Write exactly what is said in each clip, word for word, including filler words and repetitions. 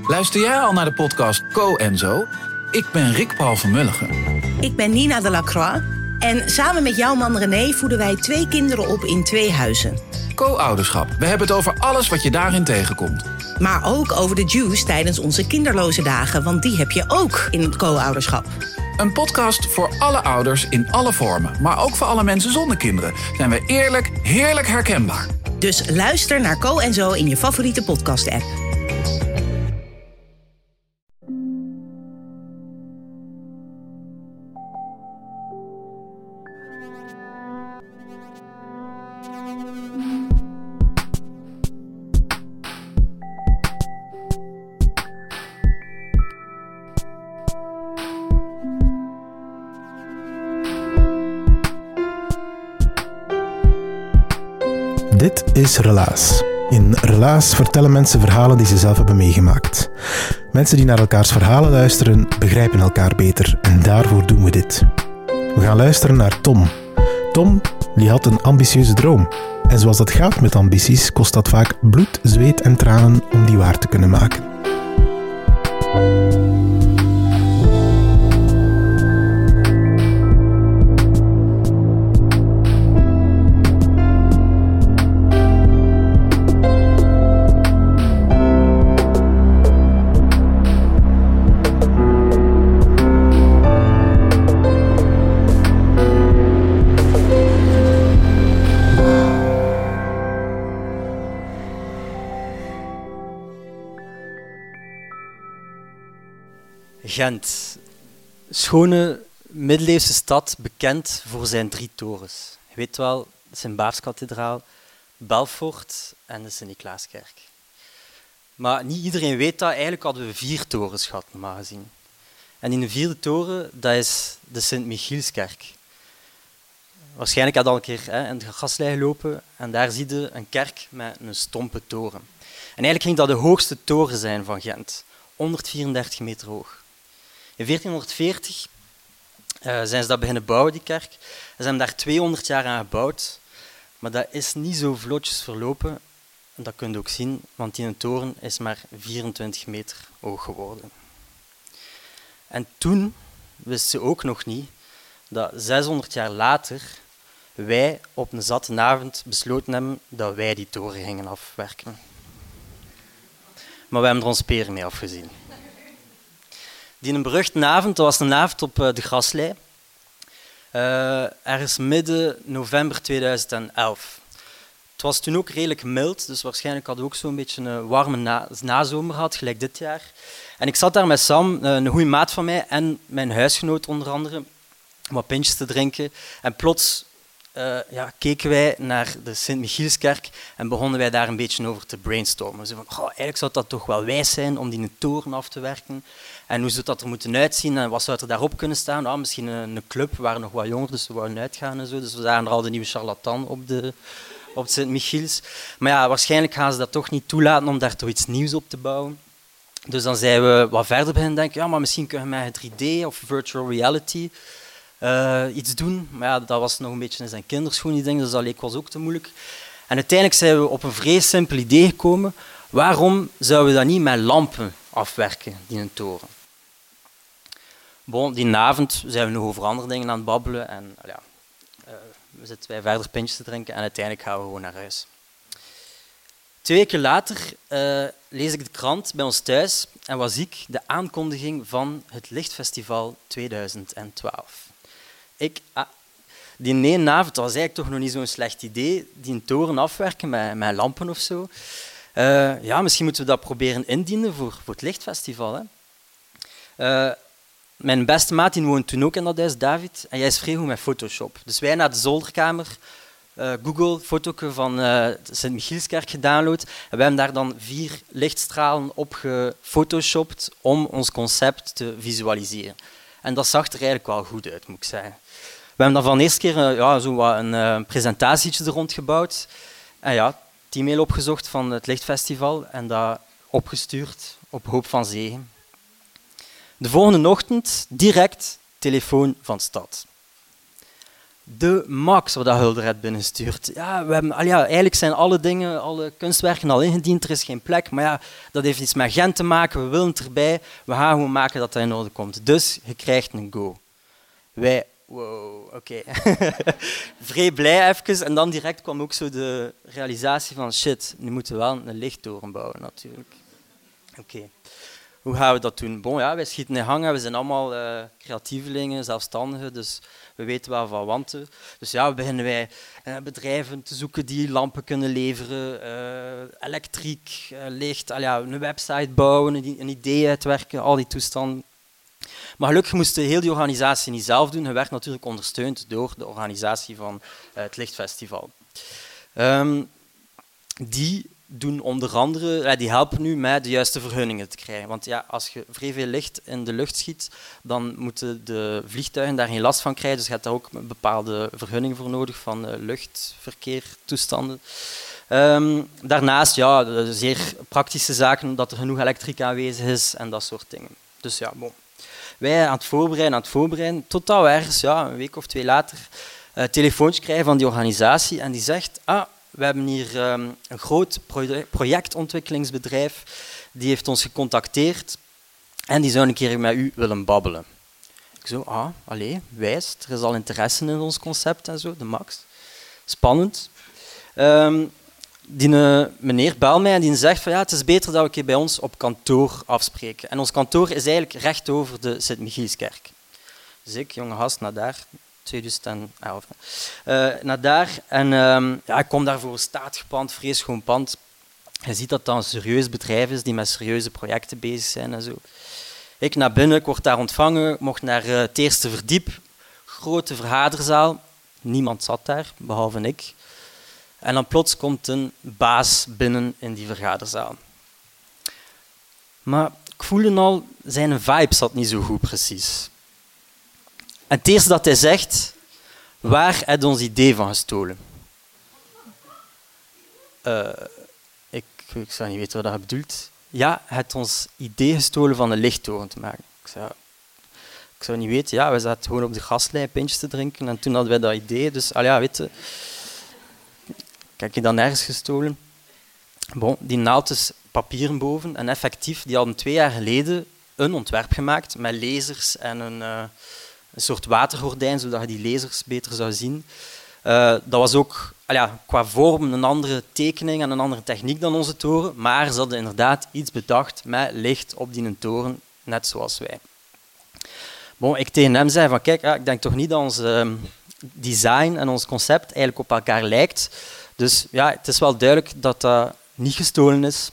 Luister jij al naar de podcast Co en Zo? Ik ben Rick Paul van Mulligen. Ik ben Nina de Lacroix. En samen met jouw man René voeden wij twee kinderen op in twee huizen. Co-ouderschap. We hebben het over alles wat je daarin tegenkomt. Maar ook over de juice tijdens onze kinderloze dagen. Want die heb je ook in het co-ouderschap. Een podcast voor alle ouders in alle vormen. Maar ook voor alle mensen zonder kinderen. Zijn we eerlijk, heerlijk herkenbaar. Dus luister naar Co en Zo in je favoriete podcast-app. Dit is Relaas. In Relaas vertellen mensen verhalen die ze zelf hebben meegemaakt. Mensen die naar elkaars verhalen luisteren, begrijpen elkaar beter en daarvoor doen we dit. We gaan luisteren naar Tom. Tom, die had een ambitieuze droom. En zoals dat gaat met ambities, kost dat vaak bloed, zweet en tranen om die waar te kunnen maken. Gent. Schone middeleeuwse stad, bekend voor zijn drie torens. Je weet wel, de Sint-Baafskathedraal, Belfort en de Sint-Niklaaskerk. Maar niet iedereen weet dat. Eigenlijk hadden we vier torens gehad, normaal gezien. En in de vierde toren, dat is de Sint-Michielskerk. Waarschijnlijk had je al een keer hè, in de Gaslei gelopen en daar zie je een kerk met een stompe toren. En eigenlijk ging dat de hoogste toren zijn van Gent, honderdvierendertig meter hoog. In veertienhonderdveertig uh, zijn ze dat beginnen bouwen, die kerk. Ze hebben daar tweehonderd jaar aan gebouwd, maar dat is niet zo vlotjes verlopen. En dat kun je ook zien, want die toren is maar vierentwintig meter hoog geworden. En toen wisten ze ook nog niet dat zeshonderd jaar later wij op een zatte avond besloten hebben dat wij die toren gingen afwerken. Maar we hebben er ons peren mee afgezien. Die een beruchte avond, dat was een avond op de Gaslei. Uh, ergens midden november tweeduizend elf. Het was toen ook redelijk mild, dus waarschijnlijk hadden we ook zo'n beetje een warme na- nazomer gehad, gelijk dit jaar. En ik zat daar met Sam, een goede maat van mij, en mijn huisgenoot onder andere, om wat pintjes te drinken. En plots uh, ja, keken wij naar de Sint-Michielskerk en begonnen wij daar een beetje over te brainstormen. Zo van, oh, eigenlijk zou dat toch wel wijs zijn om die een toren af te werken. En hoe zou dat er moeten uitzien en wat zou er daarop kunnen staan? Ah, misschien een, een club, we waren nog wat jonger, dus we wouden uitgaan en zo. Dus we zagen er al de nieuwe charlatan op de, op Sint-Michiels. Maar ja, waarschijnlijk gaan ze dat toch niet toelaten om daar toch iets nieuws op te bouwen. Dus dan zijn we wat verder beginnen denken, ja, maar misschien kunnen we met drie D of virtual reality uh, iets doen. Maar ja, dat was nog een beetje in zijn kinderschoen, die ding, dus dat leek ons ook te moeilijk. En uiteindelijk zijn we op een vrij simpel idee gekomen. Waarom zouden we dat niet met lampen afwerken, die een toren? Bon, die avond zijn we nog over andere dingen aan het babbelen en ja, uh, we zitten wij verder pintjes te drinken en uiteindelijk gaan we gewoon naar huis. Twee weken later uh, lees ik de krant bij ons thuis en was ik de aankondiging van het Lichtfestival tweeduizend twaalf. Ik, ah, die ene avond was eigenlijk toch nog niet zo'n slecht idee, die een toren afwerken met, met lampen of zo. Uh, ja, misschien moeten we dat proberen indienen voor, voor het Lichtfestival. Hè. Uh, mijn beste maat die woont toen ook in dat huis, David, en jij is vrij goed met Photoshop. Dus wij naar de zolderkamer, uh, Google, foto's van uh, de Sint-Michielskerk gedownload en we hebben daar dan vier lichtstralen op gefotoshopt om ons concept te visualiseren. En dat zag er eigenlijk wel goed uit, moet ik zeggen. We hebben dan van de eerste keer uh, ja, zo wat een uh, presentatietje er rond gebouwd. En ja, het e-mail opgezocht van het Lichtfestival en dat opgestuurd op hoop van zegen. De volgende ochtend direct telefoon van stad. de max wat dat Hulder had binnengestuurd. Ja, we hebben, al ja, eigenlijk zijn alle dingen, alle kunstwerken al ingediend, er is geen plek, maar ja, dat heeft iets met Gent te maken, we willen het erbij, we gaan gewoon maken dat dat in orde komt. Dus je krijgt een go. Wij, wow, oké. Okay. Vrij blij even, en dan direct kwam ook zo de realisatie van shit, nu moeten we wel een lichttoren bouwen natuurlijk. Oké. Okay. Hoe gaan we dat doen? Bon, ja, wij schieten in hangen, we zijn allemaal uh, creatievelingen, zelfstandigen, dus we weten wel van wanten. Dus ja, we beginnen wij uh, bedrijven te zoeken die lampen kunnen leveren, uh, elektriek, uh, licht, uh, ja, een website bouwen, een, een idee uitwerken, al die toestanden. Maar gelukkig moest heel die organisatie niet zelf doen. Hij werd natuurlijk ondersteund door de organisatie van uh, het Lichtfestival. Um, die doen onder andere, die helpen nu met de juiste vergunningen te krijgen. Want ja, als je vrij veel licht in de lucht schiet, dan moeten de vliegtuigen daar geen last van krijgen. Dus je hebt daar ook bepaalde vergunningen voor nodig van uh, luchtverkeertoestanden. Um, daarnaast, ja, zeer praktische zaken, dat er genoeg elektriek aanwezig is en dat soort dingen. Dus ja, bon. Wij aan het voorbereiden, aan het voorbereiden, tot dat we ergens, ja, een week of twee later, een telefoontje krijgen van die organisatie en die zegt, ah, we hebben hier um, een groot projectontwikkelingsbedrijf, die heeft ons gecontacteerd en die zou een keer met u willen babbelen. Ik zo, ah, allee, wijs, er is al interesse in ons concept en zo, de max. Spannend. Um, die uh, meneer belt mij en die zegt van ja, het is beter dat we een keer bij ons op kantoor afspreken. En ons kantoor is eigenlijk recht over de Sint-Michielskerk. Dus ik, jonge gast, naar daar. twintig elf. Uh, naar daar. En um, ja, ik kom daar voor een staatgepand, vrees schoon pand. Je ziet dat dat een serieus bedrijf is die met serieuze projecten bezig zijn en zo. Ik naar binnen, ik word daar ontvangen, mocht naar uh, het eerste verdiep. Grote vergaderzaal. Niemand zat daar, behalve ik. En dan plots komt een baas binnen in die vergaderzaal. Maar ik voelde al, zijn vibe zat niet zo goed precies. En het eerste dat hij zegt, waar heb je ons idee van gestolen? Uh, ik, ik zou niet weten wat dat bedoelt. Ja, hij heeft ons idee gestolen van een lichttoren te maken. Ik zei, ik zou niet weten, ja, we zaten gewoon op de gaslijn pintjes te drinken en toen hadden wij dat idee. Dus, al ja, weet je, kijk je dan ergens gestolen? Bon, die naald is papieren boven en effectief, die hadden twee jaar geleden een ontwerp gemaakt met lasers en een, uh, een soort watergordijn, zodat je die lasers beter zou zien. Uh, dat was ook al ja, qua vorm een andere tekening en een andere techniek dan onze toren, maar ze hadden inderdaad iets bedacht met licht op die toren, net zoals wij. Bon, ik tegen hem zei van kijk, ja, ik denk toch niet dat ons uh, design en ons concept eigenlijk op elkaar lijkt. Dus ja, het is wel duidelijk dat dat niet gestolen is.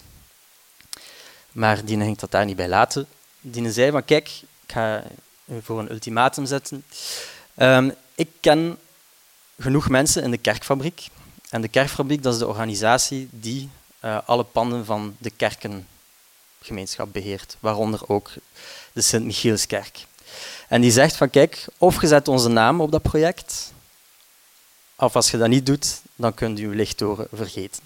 Maar die ging dat daar niet bij laten. Die zei van kijk, ik ga voor een ultimatum zetten. Um, ik ken genoeg mensen in de kerkfabriek. En de kerkfabriek, dat is de organisatie die uh, alle panden van de kerkengemeenschap beheert. Waaronder ook de Sint-Michielskerk. En die zegt van kijk, of je zet onze naam op dat project, of als je dat niet doet, dan kun je je lichttoren vergeten.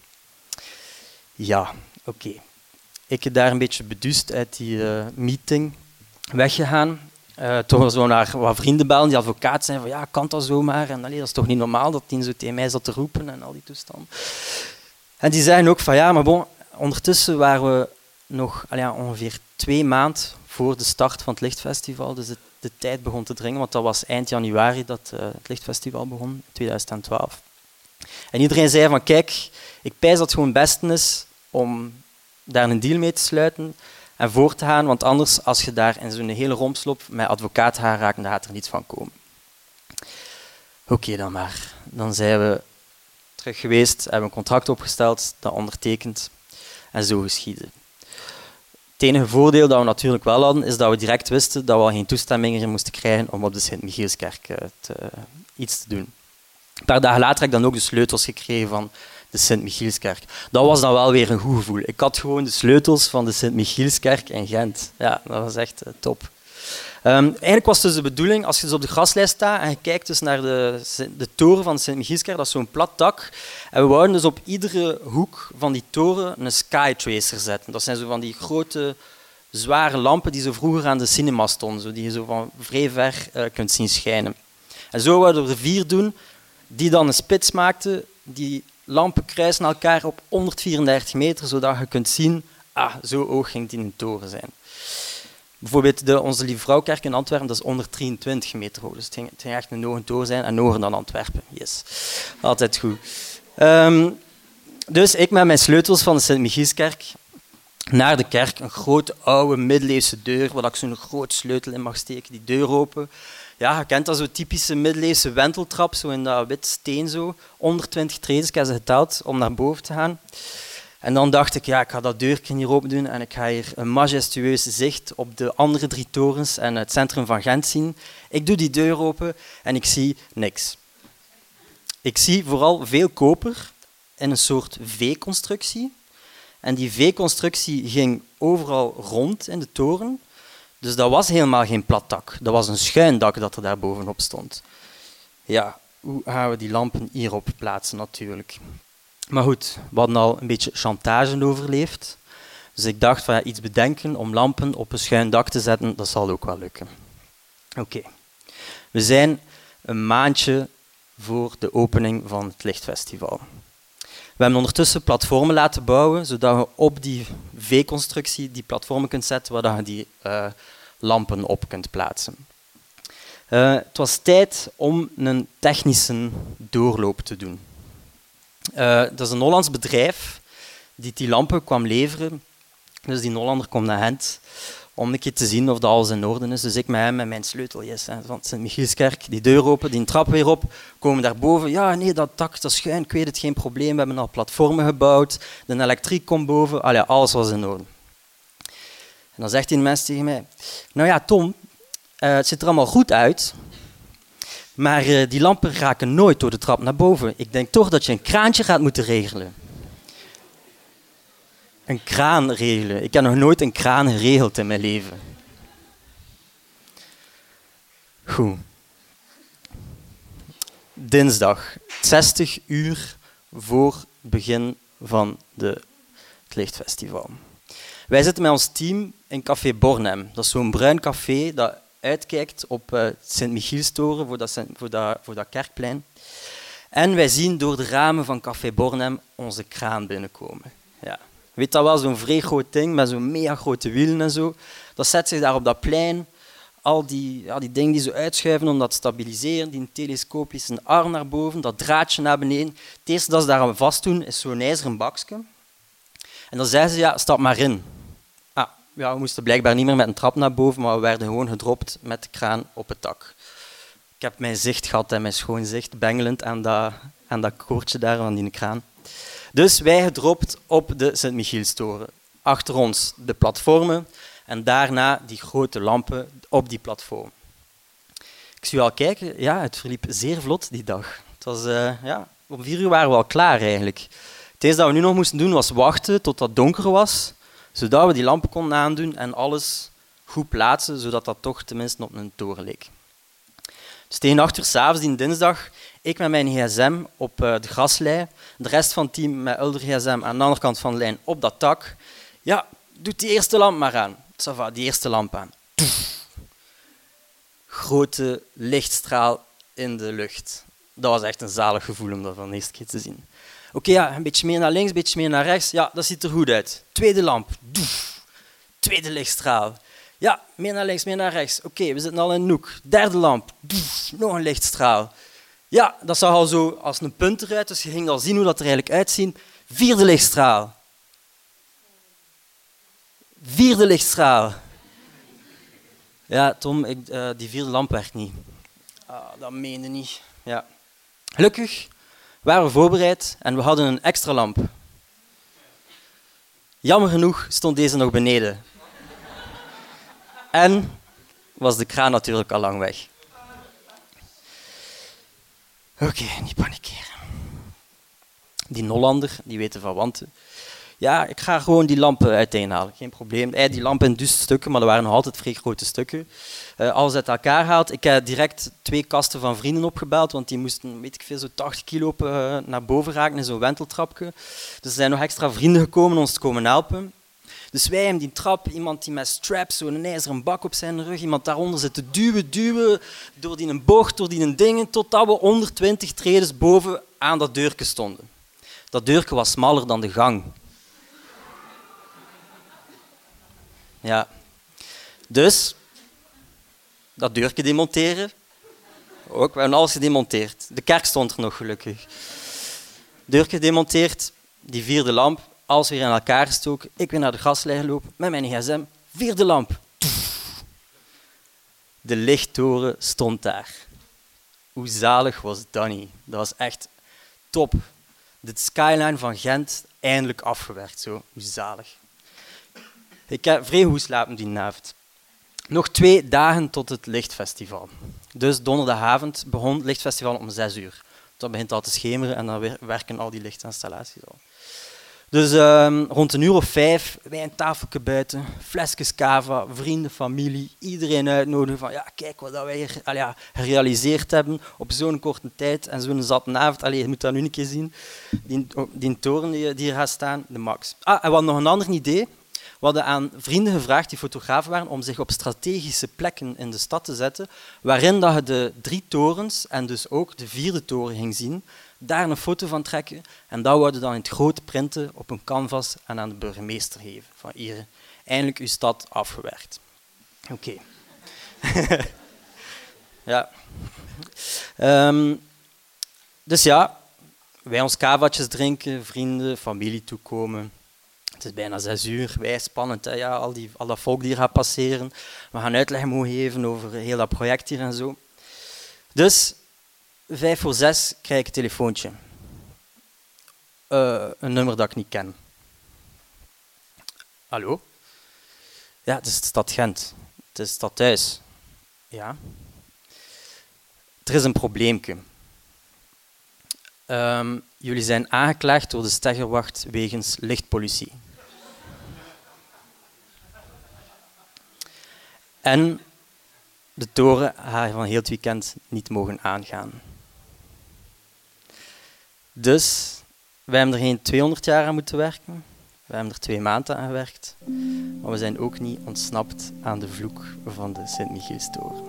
Ja, oké. Okay. Ik heb daar een beetje beduust uit die uh, meeting weggegaan. Uh, toch zo naar wat vrienden bellen, die advocaat zijn van ja, kan dat zomaar? En allee, dat is toch niet normaal dat die zo tegen mij zat te roepen en al die toestanden. En die zeggen ook van ja, maar bon, ondertussen waren we nog allee, ongeveer twee maanden voor de start van het Lichtfestival, dus de, de tijd begon te dringen, want dat was eind januari dat uh, het Lichtfestival begon, twintig twaalf. En iedereen zei van kijk, ik pijs dat het gewoon het beste is om daar een deal mee te sluiten en voor te gaan, want anders, als je daar in zo'n hele rompslop met advocaat gaat raken, dan gaat er niets van komen. Oké, okay, dan maar. Dan zijn we terug geweest, hebben een contract opgesteld, dat ondertekend en zo geschieden. Het enige voordeel dat we natuurlijk wel hadden, is dat we direct wisten dat we al geen toestemmingen moesten krijgen om op de Sint-Michielskerk te, uh, iets te doen. Een paar dagen later heb ik dan ook de sleutels gekregen van de Sint-Michielskerk. Dat was dan wel weer een goed gevoel. Ik had gewoon de sleutels van de Sint-Michielskerk in Gent. Ja, dat was echt uh, top. Um, eigenlijk was het dus de bedoeling, als je dus op de graslijst staat en je kijkt dus naar de, de toren van de Sint-Michielskerk, dat is zo'n plat dak. En we wouden dus op iedere hoek van die toren een skytracer zetten. Dat zijn zo van die grote, zware lampen die zo vroeger aan de cinema stonden, zo, die je zo van vrij ver uh, kunt zien schijnen. En zo wouden we er vier doen, die dan een spits maakten. Die lampen kruisen elkaar op honderdvierendertig meter, zodat je kunt zien, ah, zo hoog ging die in de toren zijn. Bijvoorbeeld de Onze Lieve Vrouwkerk in Antwerpen, dat is honderddrieëntwintig meter hoog. Dus het ging, het ging echt een hoge toren zijn en hoger dan Antwerpen. Yes. Altijd goed. Um, dus ik met mijn sleutels van de Sint-Michielskerk naar de kerk, een grote oude middeleeuwse deur, waar ik zo'n grote sleutel in mag steken, die deur open. Ja, je kent dat zo typische middeleeuwse wenteltrap, zo in dat wit steen zo, honderdtwintig treden, ik heb ze geteld, om naar boven te gaan. En dan dacht ik, ja, ik ga dat deurtje hier open doen en ik ga hier een majestueus zicht op de andere drie torens en het centrum van Gent zien. Ik doe die deur open en ik zie niks. Ik zie vooral veel koper in een soort V-constructie. En die V-constructie ging overal rond in de toren. Dus dat was helemaal geen plat dak. Dat was een schuin dak dat er daar bovenop stond. Ja, hoe gaan we die lampen hierop plaatsen natuurlijk? Maar goed, we hadden al een beetje chantage overleefd. Dus ik dacht van ja, iets bedenken om lampen op een schuin dak te zetten, dat zal ook wel lukken. Oké, okay. We zijn een maandje voor de opening van het Lichtfestival. We hebben ondertussen platformen laten bouwen, zodat je op die V-constructie die platformen kunt zetten, waar je die uh, lampen op kunt plaatsen. Uh, het was tijd om een technische doorloop te doen. Uh, dat is een Hollands bedrijf die die lampen kwam leveren. Dus die Hollander komt naar Gent om een keer te zien of dat alles in orde is. Dus ik met hem met mijn sleutel yes, van Sint-Michielskerk, die deur open, die trap weer op, komen daarboven. Ja, nee, dat dak, dat is schuin, ik weet het, geen probleem. We hebben al platformen gebouwd, de elektriek komt boven, allee, alles was in orde. En dan zegt die mens tegen mij, nou ja, Tom, uh, het ziet er allemaal goed uit, maar uh, die lampen raken nooit door de trap naar boven. Ik denk toch dat je een kraantje gaat moeten regelen. Een kraan regelen. Ik heb nog nooit een kraan geregeld in mijn leven. Goed. Dinsdag, zestig uur voor het begin van de, het Lichtfestival. Wij zitten met ons team in Café Bornem. Dat is zo'n bruin café dat uitkijkt op uh, Sint-Michielstoren, voor dat, voor, dat, voor dat kerkplein. En wij zien door de ramen van Café Bornem onze kraan binnenkomen. Ja. Weet dat wel, zo'n vrij groot ding met zo'n mega grote wielen en zo. Dat zet zich daar op dat plein. Al die, ja, die dingen die zo uitschuiven om dat te stabiliseren, die telescopische arm naar boven, dat draadje naar beneden. Het eerste dat ze daar aan vast doen is zo'n ijzeren bakje. En dan zeiden ze, ja, stap maar in. Ah, ja, we moesten blijkbaar niet meer met een trap naar boven, maar we werden gewoon gedropt met de kraan op het dak. Ik heb mijn zicht gehad en mijn schoon zicht bengelend aan dat, aan dat koordje daar van die kraan. Dus wij gedropt op de Sint-Michielstoren. Achter ons de platformen en daarna die grote lampen op die platform. Ik zie u al kijken, ja, het verliep zeer vlot die dag. Het was, uh, ja, om vier uur waren we al klaar eigenlijk. Het eerste dat we nu nog moesten doen was wachten tot het donker was, zodat we die lampen konden aandoen en alles goed plaatsen, zodat dat toch tenminste op een toren leek. Dus tegen acht uur 's avonds, die dinsdag, ik met mijn gsm op uh, de graslei, de rest van het team met Ulder gsm aan de andere kant van de lijn op dat dak. Ja, doe die eerste lamp maar aan. Ça va, die eerste lamp aan. Toef. Grote lichtstraal in de lucht. Dat was echt een zalig gevoel om dat van de eerste keer te zien. Oké, okay, ja, een beetje meer naar links, een beetje meer naar rechts. Ja, dat ziet er goed uit. Tweede lamp. Doef. Tweede lichtstraal. Ja, meer naar links, meer naar rechts. Oké, okay, we zitten al in een hoek. Derde lamp. Doef. Nog een lichtstraal. Ja, dat zag al zo als een punt eruit, dus je ging al zien hoe dat er eigenlijk uitziet. Vierde lichtstraal. Vierde lichtstraal. Ja, Tom, ik, uh, die vierde lamp werkt niet. Ah, dat meende niet. Ja. Gelukkig waren we voorbereid en we hadden een extra lamp. Jammer genoeg stond deze nog beneden. En was de kraan natuurlijk al lang weg. Oké, okay, niet panikeren. Die Hollander, die weten van wanten. Ja, ik ga gewoon die lampen uiteenhalen, geen probleem. Hij die lampen in duizend stukken, maar dat waren nog altijd vrij grote stukken. Uh, alles uit elkaar gehaald. Ik heb direct twee kasten van vrienden opgebeld, want die moesten, weet ik veel, zo tachtig kilo op, uh, naar boven raken in zo'n wenteltrapje. Dus er zijn nog extra vrienden gekomen om ons te komen helpen. Dus wij hebben die trap, iemand die met straps, zo'n ijzeren bak op zijn rug, iemand daaronder zit te duwen, duwen, door die een bocht, door die een dingen, totdat we honderd twintig tredes boven aan dat deurke stonden. Dat deurke was smaller dan de gang. Ja. Dus, dat deurke demonteren. Ook, we hebben alles gedemonteerd. De kerk stond er nog gelukkig. Deurke gedemonteerd, die vierde lamp, alles weer in elkaar gestoken. Ik weer naar de gaslijn gelopen met mijn gsm. Vierde lamp. De lichttoren stond daar. Hoe zalig was dat niet? Dat was echt top. De skyline van Gent eindelijk afgewerkt. Zo. Hoe zalig. Ik heb vrij goed slapen die avond. Nog twee dagen tot het lichtfestival. Dus donderdagavond begon het lichtfestival om zes uur. Dan begint het al te schemeren en dan werken al die lichtinstallaties al. Dus um, rond een uur of vijf, wij een tafeltje buiten, flesjes cava, vrienden, familie, iedereen uitnodigen van ja, kijk wat wij hier al ja, gerealiseerd hebben op zo'n korte tijd en zo'n zatte avond. Allee, je moet dat nu een keer zien. Die, die toren die, die hier gaat staan, de max. Ah, en we hadden nog een ander idee. We hadden aan vrienden gevraagd die fotografen waren om zich op strategische plekken in de stad te zetten, waarin dat je de drie torens en dus ook de vierde toren ging zien, daar een foto van trekken en dat wouden dan in het groot printen op een canvas en aan de burgemeester geven. Van hier, eindelijk uw stad afgewerkt. Oké. Okay. Ja. Um, dus ja, wij ons kavaatjes drinken, vrienden, familie toekomen. Het is bijna zes uur, wij spannend, hè? Ja, al, die, al dat volk die hier gaat passeren. We gaan uitleg mogen geven over heel dat project hier en zo. Dus, vijf voor zes krijg ik een telefoontje. Uh, een nummer dat ik niet ken. Hallo? Ja, het is de stad Gent. Het is het stadhuis. Ja. Er is een probleempje. Um, jullie zijn aangeklaagd door de Steigerwacht wegens lichtpollutie. En de toren gaat van heel het weekend niet mogen aangaan. Dus, wij hebben er geen tweehonderd jaar aan moeten werken. We hebben er twee maanden aan gewerkt. Maar we zijn ook niet ontsnapt aan de vloek van de Sint-Michielstoren.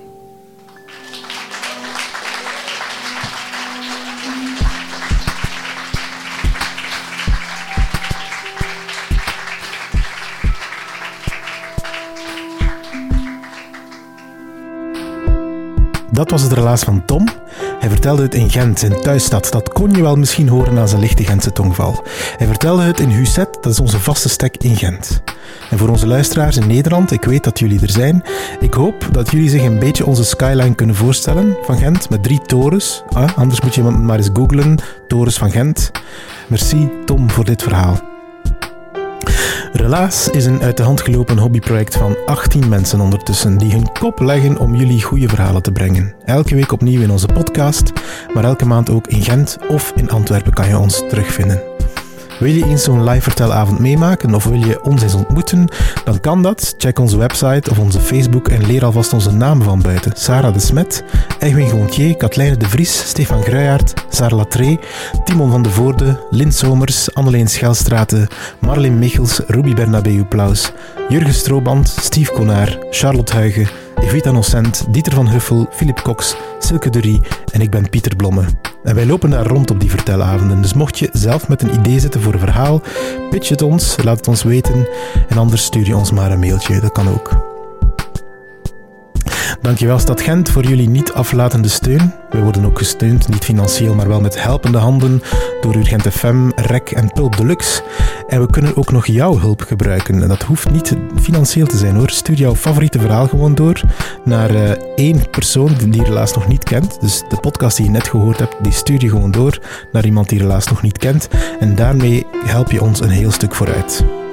Dat was het relaas van Tom. Hij vertelde het in Gent, zijn thuisstad. Dat kon je wel misschien horen aan zijn lichte Gentse tongval. Hij vertelde het in Huzet, dat is onze vaste stek in Gent. En voor onze luisteraars in Nederland, ik weet dat jullie er zijn. Ik hoop dat jullie zich een beetje onze skyline kunnen voorstellen van Gent, met drie torens. Ah, anders moet je maar eens googlen, torens van Gent. Merci Tom voor dit verhaal. Relaas is een uit de hand gelopen hobbyproject van achttien mensen ondertussen, die hun kop leggen om jullie goede verhalen te brengen. Elke week opnieuw in onze podcast, maar elke maand ook in Gent of in Antwerpen kan je ons terugvinden. Wil je eens zo'n live vertelavond meemaken of wil je ons eens ontmoeten? Dan kan dat. Check onze website of onze Facebook en leer alvast onze namen van buiten. Sarah de Smet, Egwin Gontier, Katlijne de Vries, Stefan Gruijaert, Sarah Latree, Timon van de Voorde, Lin Somers, Anneleen Schelstraten, Marleen Michels, Ruby Bernabeu Plaus, Jurgen Strooband, Steve Konaar, Charlotte Huigen, Evita Nocent, Dieter van Huffel, Philip Cox, Silke de Rie en ik ben Pieter Blomme. En wij lopen daar rond op die vertelavonden. Dus mocht je zelf met een idee zitten voor een verhaal, pitch het ons, laat het ons weten. En anders stuur je ons maar een mailtje, dat kan ook. Dankjewel Stad Gent voor jullie niet aflatende steun. Wij worden ook gesteund, niet financieel, maar wel met helpende handen door Urgent F M, R E C en Pulp Deluxe. En we kunnen ook nog jouw hulp gebruiken. En dat hoeft niet financieel te zijn hoor. Stuur jouw favoriete verhaal gewoon door naar uh, één persoon die je helaas nog niet kent. Dus de podcast die je net gehoord hebt, die stuur je gewoon door naar iemand die je helaas nog niet kent. En daarmee help je ons een heel stuk vooruit.